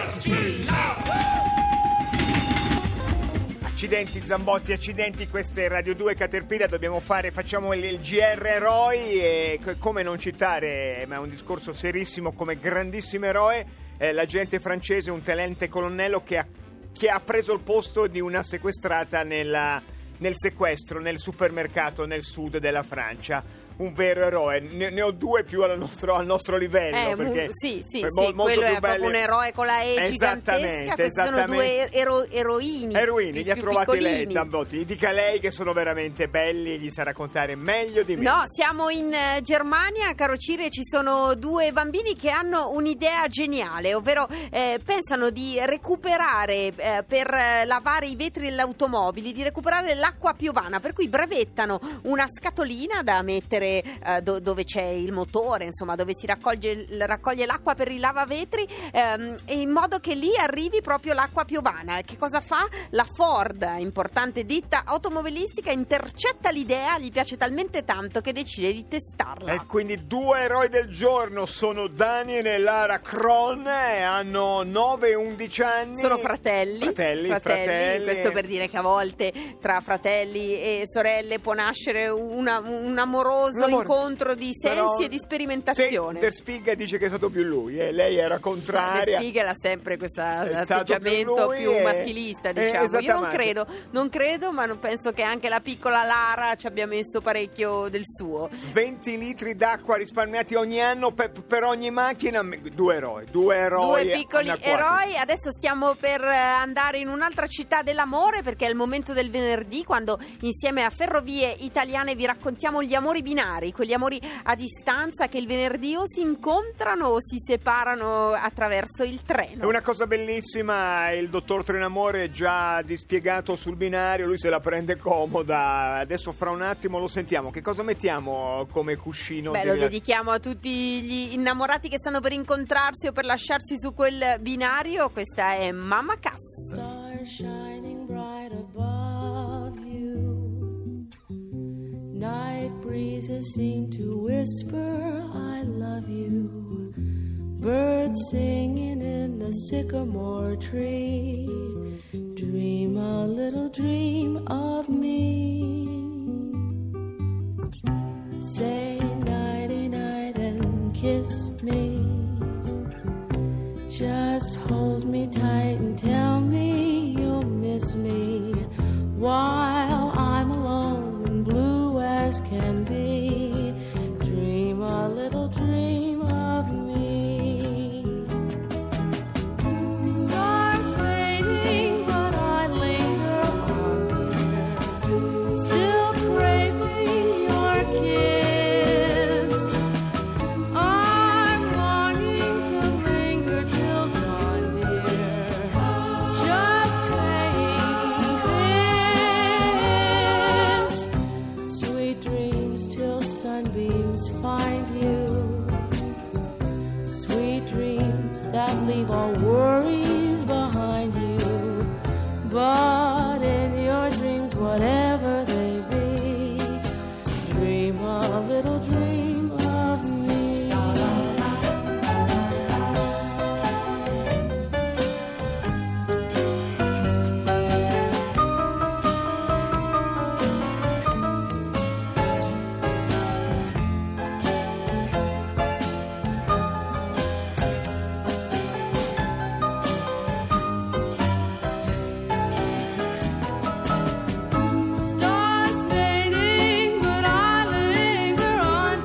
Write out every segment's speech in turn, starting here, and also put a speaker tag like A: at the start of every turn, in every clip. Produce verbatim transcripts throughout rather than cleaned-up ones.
A: Accidenti Zambotti, accidenti, questa è Radio due Caterpillar, dobbiamo fare, facciamo il, il G R eroi e come non citare, ma è un discorso serissimo, come grandissimo eroe, eh, l'agente francese, un tenente colonnello che ha, che ha preso il posto di una sequestrata nella, nel sequestro nel supermercato nel sud della Francia. Un vero eroe, ne, ne ho due più al nostro, al nostro livello,
B: eh,
A: perché
B: sì, sì,
A: è mo-
B: sì, quello è
A: belli.
B: Proprio un eroe con la E gigantesca. Questi sono due ero- eroini
A: eroini, li ha trovati
B: piccolini.
A: lei, Zambotti, dica lei che sono veramente belli, gli sa raccontare meglio di me.
B: No, siamo in uh, Germania, caro Cire, ci sono due bambini che hanno un'idea geniale, ovvero eh, pensano di recuperare eh, per eh, lavare i vetri delle automobili, di recuperare l'acqua piovana, per cui brevettano una scatolina da mettere eh, do- dove c'è il motore, insomma, dove si raccoglie, raccoglie l'acqua per i lavavetri, ehm, in modo che lì arrivi proprio l'acqua piovana. Che cosa fa? La Ford, importante ditta automobilistica, intercetta l'idea, gli piace talmente tanto che decide di testarla.
A: E quindi due eroi del giorno sono Daniel e Lara Kron, e hanno nove e undici anni.
B: Sono fratelli.
A: Fratelli,
B: fratelli,
A: fratelli.
B: Questo per dire che a volte tra fratelli e sorelle può nascere una, un amoroso un incontro di sensi
A: Però,
B: e di sperimentazione.
A: Sì, Der Spiegel dice che è stato più lui, e eh. lei era contraria.
B: Der Spiegel ha sempre questo atteggiamento più, più
A: e...
B: maschilista, diciamo.
A: Eh,
B: Io non credo, non credo, ma non penso che anche la piccola Lara ci abbia messo parecchio del suo.
A: venti litri d'acqua risparmiati ogni anno per, per ogni macchina. Due eroi, due eroi.
B: Due piccoli eroi. Adesso stiamo per andare in un'altra città dell'amore, perché è il momento del venerdì, quando insieme a Ferrovie Italiane vi raccontiamo gli amori binari, quegli amori a distanza che il venerdì o si incontrano o si separano attraverso il treno.
A: È una cosa bellissima, il dottor Trenamore è già dispiegato sul binario, lui se la prende comoda. Adesso fra un attimo lo sentiamo. Che cosa mettiamo come cuscino?
B: Beh, lo dedichiamo a tutti gli innamorati che stanno per incontrarsi o per lasciarsi su quel binario. Questa è Mamma Cass.
C: Stars shining bright above you. Night breezes seem to whisper I love you. Birds singing in the sycamore tree. Dream a little dream of me. Say nighty night and kiss me. Just hold me tight and tell me you'll miss me while I'm alone and blue as can be. Dream a little dream of me. Stars fading, but I linger on here, still craving your kiss. I'm longing to linger till dawn, dear, just saying this. Sweet dreams till sunbeams find you. Sweet dreams that leave all worries behind you. But in your dreams, whatever they be, dream a little dream of me. Stars fading, but I linger on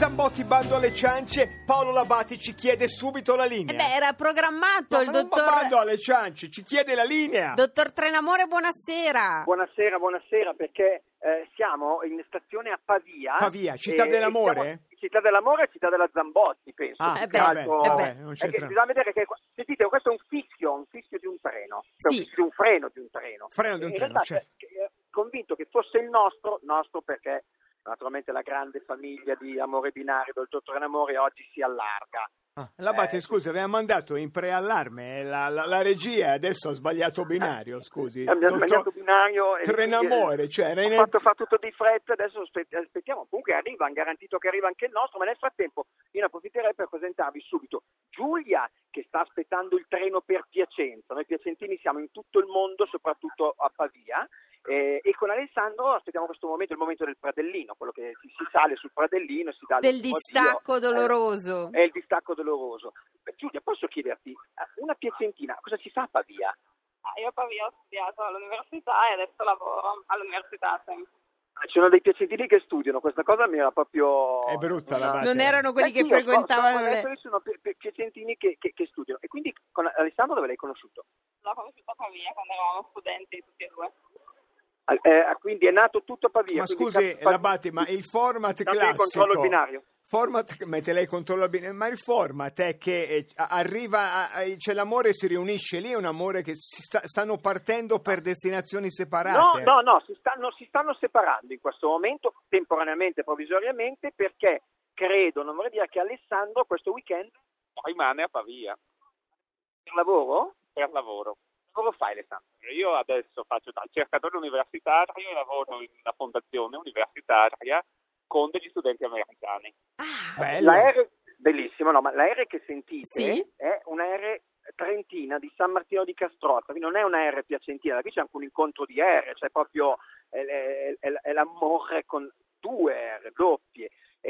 A: Zambotti bando alle ciance, Paolo Labate ci chiede subito la linea.
B: Eh beh, era programmato
A: No,
B: il
A: ma non
B: dottor...
A: bando alle ciance, ci chiede la linea.
B: Dottor Trenamore, buonasera.
D: Buonasera, buonasera, perché eh, siamo in stazione a Pavia.
A: Pavia, città
D: e-
A: dell'amore?
D: e siamo- città dell'amore e città della Zambotti, penso.
A: Ah,
D: più
B: eh
D: che
B: beh,
D: altro-
B: eh beh,
A: vabbè, non
D: è che
A: c'entra.
D: bisogna vedere che, sentite, questo è un fischio, un fischio di un treno, cioè
B: Sì.
D: un, fischio di un freno di un treno.
A: Freno di un
D: in
A: treno,
D: realtà,
A: certo.
D: cioè, eh, convinto che fosse il nostro, nostro perché naturalmente la grande famiglia di Amore Binario del dottor Trenamore oggi si allarga.
A: Ah, Labate,
D: Eh,
A: scusa, aveva mandato in preallarme la, la, la regia, adesso ha sbagliato binario, scusi.
D: Eh, mi ha
A: Dottor
D: sbagliato binario e
A: Trenamore,
D: quindi,
A: cioè, era
D: ho
A: in-
D: fatto fare tutto di fretta, adesso aspetti- aspettiamo, comunque arriva, hanno garantito che arriva anche il nostro, ma nel frattempo io ne approfitterei per presentarvi subito Giulia che sta aspettando il treno per Piacenza. Noi piacentini siamo in tutto il mondo, soprattutto a Pavia, eh, e con Alessandro aspettiamo questo momento, il momento del Pradellino, quello che si, si sale sul Pradellino e si dà
B: Del
D: l'ultimo
B: distacco
D: addio.
B: doloroso.
D: Eh, è il distacco doloroso. Beh, Giulia, posso chiederti, eh, una piacentina, cosa si fa a Pavia?
E: Ah, io a Pavia ho studiato all'università e adesso lavoro all'università sempre.
D: Ci sono dei piacentini che studiano, questa cosa mi era proprio...
A: È brutta la
D: una-
A: base.
B: Non erano quelli che
D: Anch'io, sto-
B: frequentavano
D: sto-
B: le...
D: adesso ci sono pi- pi- piacentini che, che, che studiano. E quindi con Alessandro dove l'hai conosciuto?
E: L'ho conosciuta a Pavia quando eravamo studenti tutti e due.
D: Eh, quindi è nato tutto a Pavia.
A: Ma
D: quindi
A: scusi,
D: cap-
A: Labate, ma il format
D: Dammi il
A: classico...
D: controllo il binario.
A: Format, mette lei controllo al binario, ma il format è che eh, arriva, a- a- c'è l'amore e si riunisce lì, è un amore che si sta- stanno partendo per destinazioni
D: No,
A: separate.
D: no, no, si stanno, si stanno separando in questo momento, temporaneamente, provvisoriamente, perché credo, non vorrei dire che Alessandro questo weekend
F: Rimane a Pavia
D: per lavoro?
F: per lavoro.
D: Che lavoro fai, Alessandro?
F: Io adesso faccio da cercatore universitario e lavoro in una fondazione universitaria con degli studenti americani.
B: Ah,
A: Bello.
D: L'aereo, bellissimo, no, ma l'aereo che sentite
B: Sì.
D: è un'aereo trentina di San Martino di Castrozza, quindi non è un'aereo piacentina, qui c'è anche un incontro di aerei, c'è proprio è, è- è- è l'amore con due aeree doppie.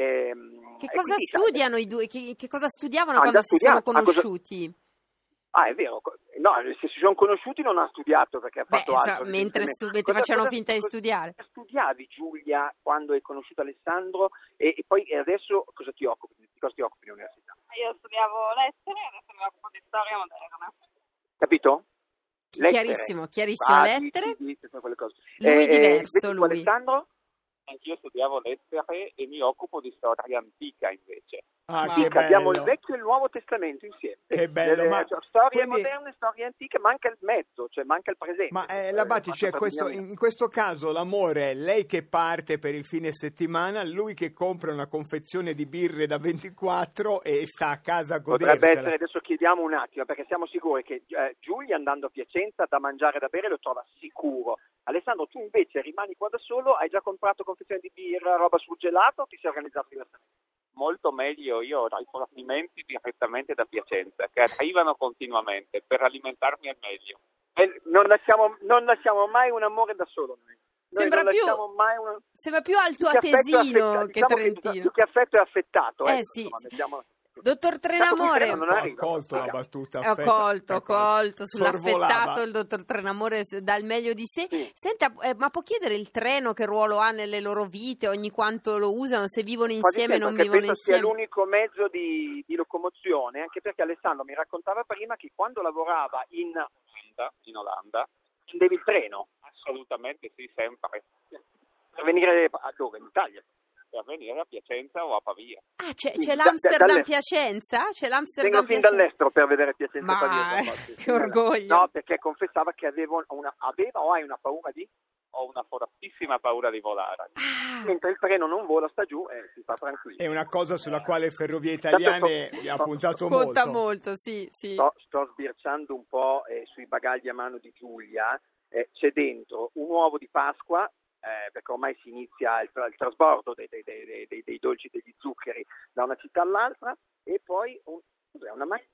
D: Ehm,
B: che
D: e
B: cosa
D: quindi, sai,
B: studiano i due? Che, che cosa studiavano
D: Ah,
B: quando
D: già
B: si sono
D: studiato. Ah, cosa-
B: conosciuti?
D: Ah, è vero, co- no, se si sono conosciuti non ha studiato perché ha
B: Beh,
D: fatto
B: so-
D: altro.
B: mentre
D: evidentemente.
B: stu- mentre
D: Cosa-
B: facevano
D: cosa-
B: finta di
D: cosa-
B: studiare.
D: cosa studiavi, Giulia, quando hai conosciuto Alessandro e, e poi e adesso cosa ti occupi? Di cosa ti occupi all'università?
E: Io studiavo lettere e adesso mi occupo di storia moderna.
D: Capito?
B: Chiarissimo, chiarissimo,
D: Ah,
B: lettere.
D: di- di- di- quelle cose.
B: Lui diverso,
D: invece tu,
B: lui.
D: Alessandro?
F: Anch'io studiavo lettere e mi occupo di storia antica invece.
A: Ah,
B: Ma-
A: che
D: Dica, abbiamo il
A: bello.
D: vecchio e il nuovo testamento insieme.
A: Che bello,
D: Delle-
A: ma
D: cioè, storie
A: quindi-
D: moderne, storie antiche, manca il mezzo, cioè manca il presente.
A: Ma eh,
D: Eh,
A: Labate,
D: ma
A: c'è
D: tra
A: questo,
D: Bignami-
A: in questo caso l'amore è lei che parte per il fine settimana, lui che compra una confezione di birre da ventiquattro e sta a casa a
D: Potrebbe
A: godersela.
D: essere, adesso chiediamo un attimo, perché siamo sicuri che eh, Giulia andando a Piacenza da mangiare e da bere lo trova sicuro. Alessandro, tu invece rimani qua da solo, hai già comprato confezioni di birra, roba surgelata o ti sei organizzato diversamente?
F: Molto meglio, io ho i fornimenti direttamente da Piacenza che arrivano continuamente per alimentarmi al meglio.
D: Eh, non, lasciamo, non lasciamo mai un amore da solo noi. Noi
B: Sembra
D: non
B: più-
D: lasciamo mai un...
B: Sembra più alto
D: più che affetto è
B: atesino
D: affetta-
B: che
D: diciamo
B: trentino.
D: più che affetto è affettato.
B: Eh,
D: ecco,
B: sì,
D: insomma,
B: sì.
D: mettiamo-
B: Dottor
D: Tanto sul
B: Trenamore,
D: treno non
A: Ho
D: arriva.
A: colto la
D: Diciamo.
A: battuta.
B: ho
A: affetta-
B: colto, ho
A: ecco,
B: colto sull'affettato
A: sorvolava.
B: il dottor Trenamore s- dà il meglio di sé.
D: Sì.
B: Senta, eh, ma può chiedere il treno che ruolo ha nelle loro vite, ogni quanto lo usano, se vivono
D: Quasi
B: insieme o
D: sempre,
B: non
D: perché
B: vivono
D: penso sia
B: insieme?
D: l'unico mezzo di, di locomozione, anche perché Alessandro mi raccontava prima che quando lavorava in
F: Olanda, in Olanda,
D: prendevi il treno
F: assolutamente sì, sempre.
D: per venire a dove? In Italia.
F: Per venire a Piacenza o a Pavia.
B: Ah, c'è,
D: Sì,
B: c'è
D: da-
B: l'Amsterdam
D: dalle-
B: Piacenza? C'è
D: Vengo
B: l'Amsterdam
D: fin
B: Piacenza?
D: dall'estero per vedere Piacenza
B: Ma,
D: e Pavia. Sì,
B: che
D: sì,
B: orgoglio.
D: No, perché confessava che avevo una, aveva o hai una paura di...
F: Ho una fortissima paura di volare.
B: Ah,
D: Mentre il treno non vola, sta giù e si sta tranquillo.
A: È una cosa sulla quale Ferrovie
D: Tanto
A: Italiane
D: sto-
A: ha puntato
B: conta
A: molto.
B: molto, sì, sì.
D: Sto, sto sbirciando un po' eh, sui bagagli a mano di Giulia. Eh, c'è dentro un uovo di Pasqua, eh, perché ormai si inizia il, tra- il trasbordo dei, dei- dei- dei- dei dolci e degli zuccheri da una città all'altra, e poi un, cos'è, una ma-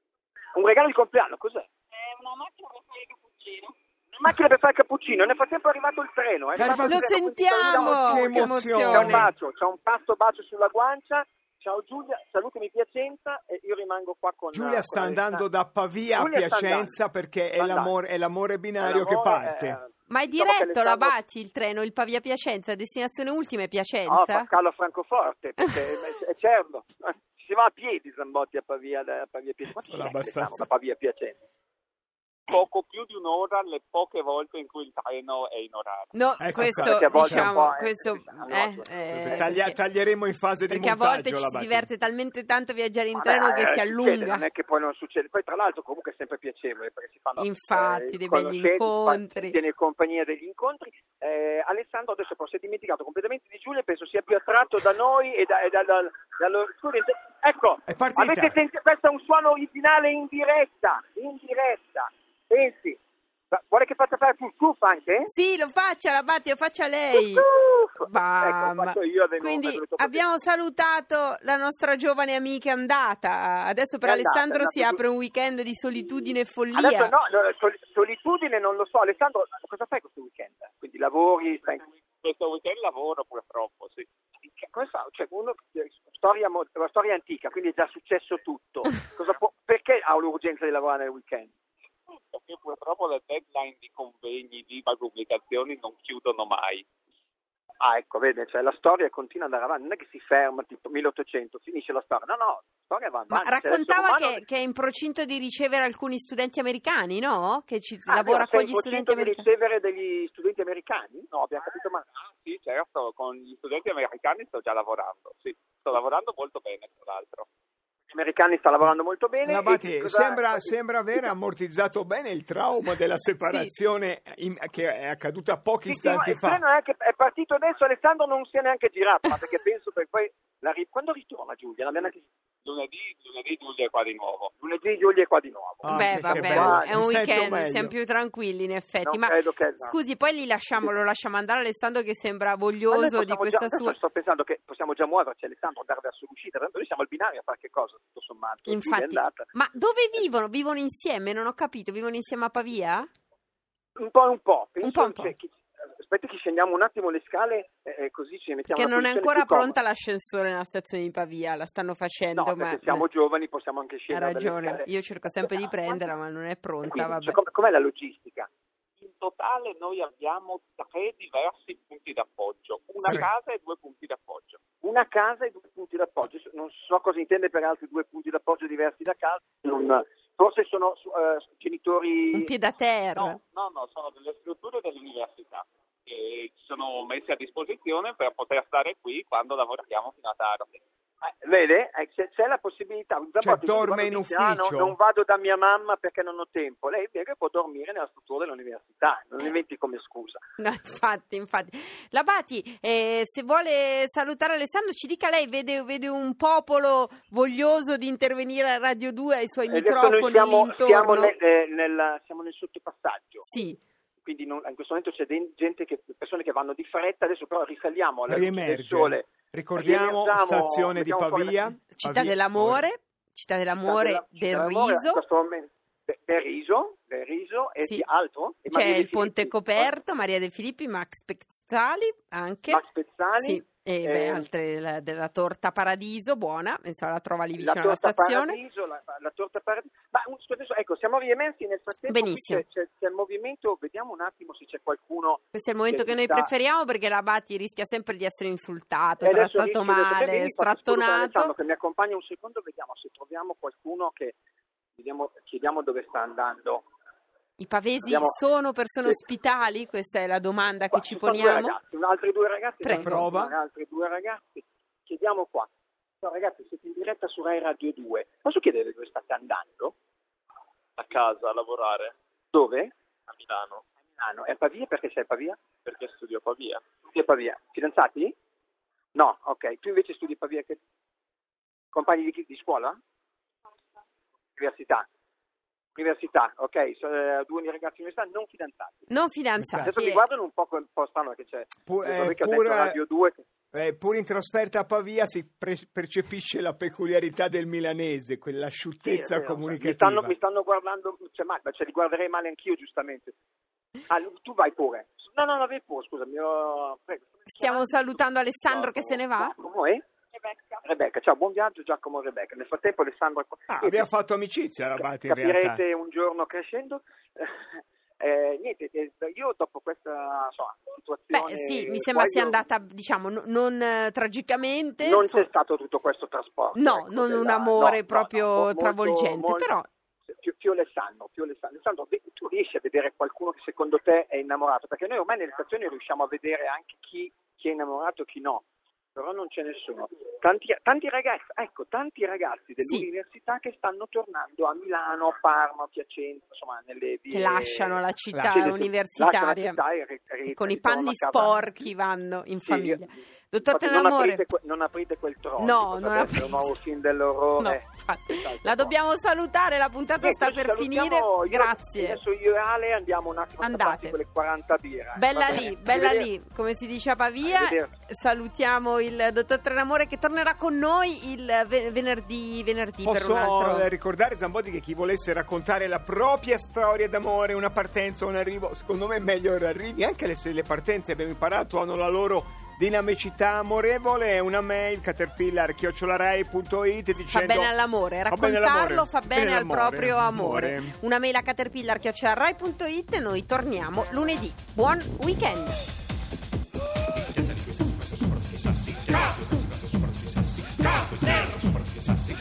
D: un regalo di compleanno, cos'è?
E: È una macchina per fare il cappuccino.
D: Una macchina per fare il cappuccino. Nel frattempo è arrivato il treno. È
A: È
D: arrivato il
A: arrivato-
B: Lo
D: treno, quindi
B: sentiamo,
D: salutiamo
A: che
B: che
D: Giulia.
A: emozione.
D: C'è un
B: emozione.
D: bacio, c'è un pasto bacio sulla guancia Ciao Giulia, salutami Piacenza e io rimango qua con
A: Giulia sta
D: con
A: andando da Pavia
D: Giulia
A: a
D: sta
A: Piacenza
D: andando.
A: perché è
D: Sta
A: l'amore, è l'amore binario
D: L'amore,
A: che parte.
D: eh,
B: Ma è
D: diciamo che
B: diretto,
D: Alessandro-
B: Labati, il treno, il Pavia Piacenza, destinazione ultima è
D: No,
B: Piacenza?
D: Pascalo a Francoforte, perché è, è certo, si va a piedi Zambotti a Pavia, da Pavia Piacenza. Quanti
A: Sono
D: siete,
A: abbastanza-
D: da Pavia Piacenza?
F: Poco più di un'ora le poche volte in cui il treno è in orario.
B: No,
A: Ecco,
B: questo,
A: perché
D: a volte
B: diciamo,
D: un po' è-
B: questo,
D: eh,
B: eh, eh,
A: Taglia-
B: perché-
A: taglieremo in fase di
B: perché a
A: montaggio.
B: volte ci si
A: Labati.
B: diverte talmente tanto a viaggiare in
D: Ma
B: treno
D: beh,
B: che
D: eh,
B: si
D: succede,
B: allunga.
D: non è che poi non succede. Poi tra l'altro comunque è sempre piacevole perché si fanno
B: Infatti,
D: eh,
B: dei begli
D: conoscenze,
B: incontri.
D: si tiene compagnia degli incontri. Eh, Alessandro adesso però si è dimenticato completamente di Giulia, penso sia più attratto da noi e, da, e da, da, dallo scusi, ecco,
A: È partita.
D: avete sentito, questo è un suono originale in diretta, in diretta. Pensi, ma vuole che faccia fare full proof anche?
B: Sì, lo faccia, Labati, lo faccia lei.
D: Ecco,
B: Mamma.
D: faccio io ad
B: Quindi
D: è venuto
B: abbiamo salutato la nostra giovane amica, è andata. Adesso per
D: È andata,
B: Alessandro
D: è
B: si
D: andata.
B: apre un weekend di solitudine e follia.
D: Adesso no, no, sol- solitudine non lo so. Alessandro, cosa fai questo weekend? Quindi lavori, stai...
F: Questo weekend lavoro purtroppo, sì.
D: Che- Come fa? Cioè, uno, storia, mo- una storia antica, quindi è già successo tutto. Cosa può- perché ha l'urgenza di lavorare nel weekend?
F: Perché purtroppo le deadline di convegni, di pubblicazioni non chiudono mai.
D: Ah, ecco, vede, cioè la storia continua ad andare avanti, non è che si ferma tipo milleottocento, finisce la storia. No, no, la storia va
B: Ma
D: avanti. Cioè,
B: raccontava
D: l'essere umano-
B: che, che è in procinto di ricevere alcuni studenti americani, no? Che ci
D: Ah,
B: lavora
D: vero,
B: con
D: sei
B: gli
D: in
B: studenti
D: procinto di
B: americani.
D: ricevere degli studenti americani? No, abbiamo capito male.
F: Ah, sì, certo, con gli studenti americani sto già lavorando, sì. Sto lavorando molto bene, tra l'altro.
D: Gli americani sta lavorando molto bene.
A: Labati,
D: e cosa-
A: sembra, sembra aver ammortizzato bene il trauma della separazione in- che è accaduta pochi
D: Sì, sì, ma
A: istanti
D: il
A: fa.
D: treno è che è partito adesso, Alessandro non si è neanche girato, ma perché penso che poi la ri- quando ritorna Giulia? Non abbiamo neanche...
F: Lunedì, lunedì Giulia è qua di nuovo.
D: Lunedì Giulia è qua di nuovo.
A: Ah,
B: Beh,
A: che-
B: vabbè,
A: che bello.
B: è un
A: Mi sento
B: weekend,
A: meglio.
B: siamo più tranquilli in effetti.
D: Non
B: Ma
D: credo che- no.
B: scusi, poi li lasciamo, lo lasciamo andare Alessandro che sembra
D: Ma noi
B: voglioso
D: possiamo
B: di questa
D: già, adesso
B: sua...
D: sto pensando che possiamo già muoverci, Alessandro, andare verso l'uscita, tanto noi siamo al binario a fare che cosa, tutto sommato. Giulia è
B: Infatti,
D: andata.
B: ma dove vivono? Vivono insieme? Non ho capito, vivono insieme a Pavia?
D: Un po' un po'. Penso
B: Un po' un po'.
D: che- che- aspetti che scendiamo un attimo le scale e così ci mettiamo
B: Che
D: una
B: non è
D: posizione
B: ancora
D: più comoda.
B: pronta l'ascensore nella stazione di Pavia, la stanno facendo,
D: No,
B: ma
D: perché siamo giovani, possiamo anche
B: ha
D: scendere dalle
B: ragione.
D: scale.
B: Io cerco sempre di prenderla, ma non è pronta,
D: Quindi,
B: vabbè.
D: cioè, com- com'è la logistica?
F: In totale noi abbiamo tre diversi punti d'appoggio, una
A: Sì.
F: casa e due punti d'appoggio.
D: Una casa e due punti d'appoggio. Non so cosa intende per altri due punti d'appoggio diversi da casa. Non- forse sono eh, genitori...
B: Un pied a terra.
F: No, no, no, sono delle strutture dell'università che ci sono messe a disposizione per poter stare qui quando lavoriamo fino a tardi.
D: Eh, vede? Eh, c'è, c'è la possibilità. Zambotti,
A: Cioè,
D: quando
A: dorme in
D: dice, "Ah, no,
A: ufficio?"
D: non vado da mia mamma perché non ho tempo. Lei che può dormire nella struttura dell'università, non inventi come scusa.
B: No, infatti, infatti. Labati, eh, se vuole salutare Alessandro, ci dica lei, vede, vede un popolo voglioso di intervenire a Radio due ai suoi
D: E adesso
B: microfoni
D: noi siamo,
B: lì
D: siamo,
B: intorno?
D: nel, eh, nel, siamo nel sottopassaggio.
B: Sì,
D: Quindi non- in questo momento c'è de- gente che, persone che vanno di fretta, adesso però risaliamo alla luce del
A: Riemerge.
D: sole.
A: Ricordiamo,
D: Riemergiamo,
A: stazione di
D: mettiamo fuori la-
A: Pavia.
B: Città
A: Pavia-
B: dell'amore, Città dell'amore
D: Città
B: del
D: della- Città dell'amore,
B: riso,
D: in questo momento- de- del riso, del riso e
B: Sì.
D: di altro. E
B: c'è
D: Maria De
B: il Ponte
D: Filippi,
B: Coperto, Maria De Filippi, Max Pezzali anche.
D: Max Pezzali.
B: Sì, e beh,
D: eh,
B: altre la- della torta Paradiso, buona, insomma la trova lì
D: la
B: vicino alla
D: torta
B: stazione.
D: Paradiso, la, la torta Paradiso. Ma un- scusa, adesso, ecco, siamo riemersi nel frattempo.
B: Benissimo.
D: C'è, c'è, c'è il movimento, vediamo un attimo se c'è qualcuno.
B: Questo è il momento che noi
D: sta-
B: preferiamo perché l'Abati rischia sempre di essere insultato,
D: E adesso
B: trattato
D: rischio di-
B: male,
D: Vieni, faccio scusa con Alessandro
B: strattonato.
D: che mi accompagna un secondo, vediamo se troviamo qualcuno che vediamo, chiediamo dove sta andando.
B: I pavesi
D: Abbiamo-
B: sono persone
D: Sì.
B: ospitali? Questa è la domanda che
D: Qua
B: ci
D: ci sono due
B: poniamo.
D: ragazzi, un- altri due ragazzi,
B: Prego.
D: ci sono
A: Prova.
D: altri due ragazzi. Chiediamo qua. No, ragazzi, siete in diretta su Rai Radio due. Posso chiedere dove state andando?
F: A casa a lavorare
D: Dove?
F: a Milano
D: A Milano. E a Pavia? Perché sei a Pavia?
F: perché studio a Pavia.
D: Studi a Pavia. Fidanzati? No, ok. Tu invece studi a Pavia che... Compagni di, chi- di scuola? Università. Università, ok. So, eh, due ragazzi università non fidanzati.
B: Non fidanzati.
D: Adesso mi
B: eh.
D: guardano un po', un po' strano perché c'è
A: Pu-
D: io
A: eh,
D: so che ho
A: pur-
D: detto Radio due che-
A: Eh, pur in trasferta a Pavia si pre- percepisce la peculiarità del milanese, quell'asciuttezza
D: Sì, è vero.
A: comunicativa.
D: Mi stanno, mi stanno guardando, cioè, ma, ma ce li guarderei male anch'io, giustamente. Ah, tu vai pure. No, no, no, vai pure, scusami. io- Prego.
B: Stiamo salutando Alessandro che se ne va.
D: Come?
E: Rebecca.
D: Rebecca, ciao, buon viaggio Giacomo e Rebecca. Nel frattempo Alessandro...
A: Ah, abbiamo fatto amicizia eravate in realtà.
D: Capirete un giorno crescendo. Eh, niente, eh, io dopo questa insomma, situazione...
B: Beh, sì, mi sembra sia andata, diciamo, n- non eh, tragicamente.
D: Non
B: for-
D: c'è stato tutto questo trasporto.
B: No,
D: ecco,
B: non
D: della-
B: un amore
D: no,
B: proprio
D: no, no, molto-
B: travolgente,
D: molto-
B: però...
D: Più, più Alessandro, più Alessandro. Alessandro, ve- tu riesci a vedere qualcuno che secondo te è innamorato? Perché noi ormai nelle stazioni riusciamo a vedere anche chi, chi è innamorato e chi no. Però non c'è nessuno. Tanti, tanti ragazzi, ecco, tanti ragazzi dell'università sì. che stanno tornando a Milano, Parma, Piacenza, insomma, nelle vie...
B: Che lasciano la città
D: Sì, sì,
B: universitaria
D: lasciano la città e, e,
B: e con
D: e
B: i panni
D: ritornano a casa.
B: sporchi vanno in
D: Sì,
B: famiglia.
D: io-
B: Dottor
D: infatti non
B: Tenamore,
D: aprite, que- non aprite quel trono.
B: No, non
D: essere
B: aprite.
D: un nuovo film dell'orrore.
B: No, infatti. La dobbiamo salutare, la puntata
D: Niente,
B: sta
D: noi
B: per
D: ci
B: finire.
D: salutiamo. Io-
B: Grazie.
D: Adesso io e Ale andiamo un attimo a
B: Andate.
D: tapparci quelle quaranta birre.
B: Bella
D: Va
B: lì,
D: bene?
B: bella
D: Arrivederci.
B: lì, come si dice a Pavia.
D: Arrivederci.
B: Salutiamo il dottor Trenamore che tornerà con noi il ve- venerdì, venerdì per
A: Posso
B: un altro.
A: eh, ricordare, Zambodi, che chi volesse raccontare la propria storia d'amore, una partenza, un arrivo, secondo me è meglio arrivi, anche le, se le partenze abbiamo imparato hanno la loro dinamicità amorevole, una mail caterpillar chiocciola rai punto it
B: Fa
A: dicendo
B: bene all'amore,
A: Fa bene
B: raccontarlo
A: all'amore,
B: fa bene, al
A: all'amore,
B: proprio amore.
A: amore.
B: Una mail a caterpillar chiocciola rai punto it e noi torniamo lunedì. Buon weekend.
G: Sassi,